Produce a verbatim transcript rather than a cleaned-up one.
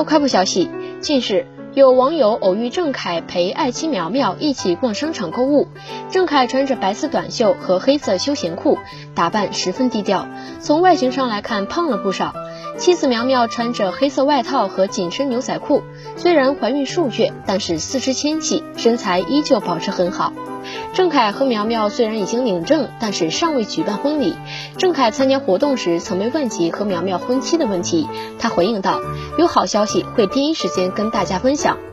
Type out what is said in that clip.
有快步消息，近日有网友偶遇郑恺陪爱妻苗苗一起逛商场购物。郑恺穿着白色短袖和黑色休闲裤，打扮十分低调，从外形上来看胖了不少。妻子苗苗穿着黑色外套和紧身牛仔裤，虽然怀孕数月，但是四肢纤细，身材依旧保持很好。郑恺和苗苗虽然已经领证，但是尚未举办婚礼。郑恺参加活动时曾被问及和苗苗婚期的问题，他回应道：有好消息会第一时间跟大家分享。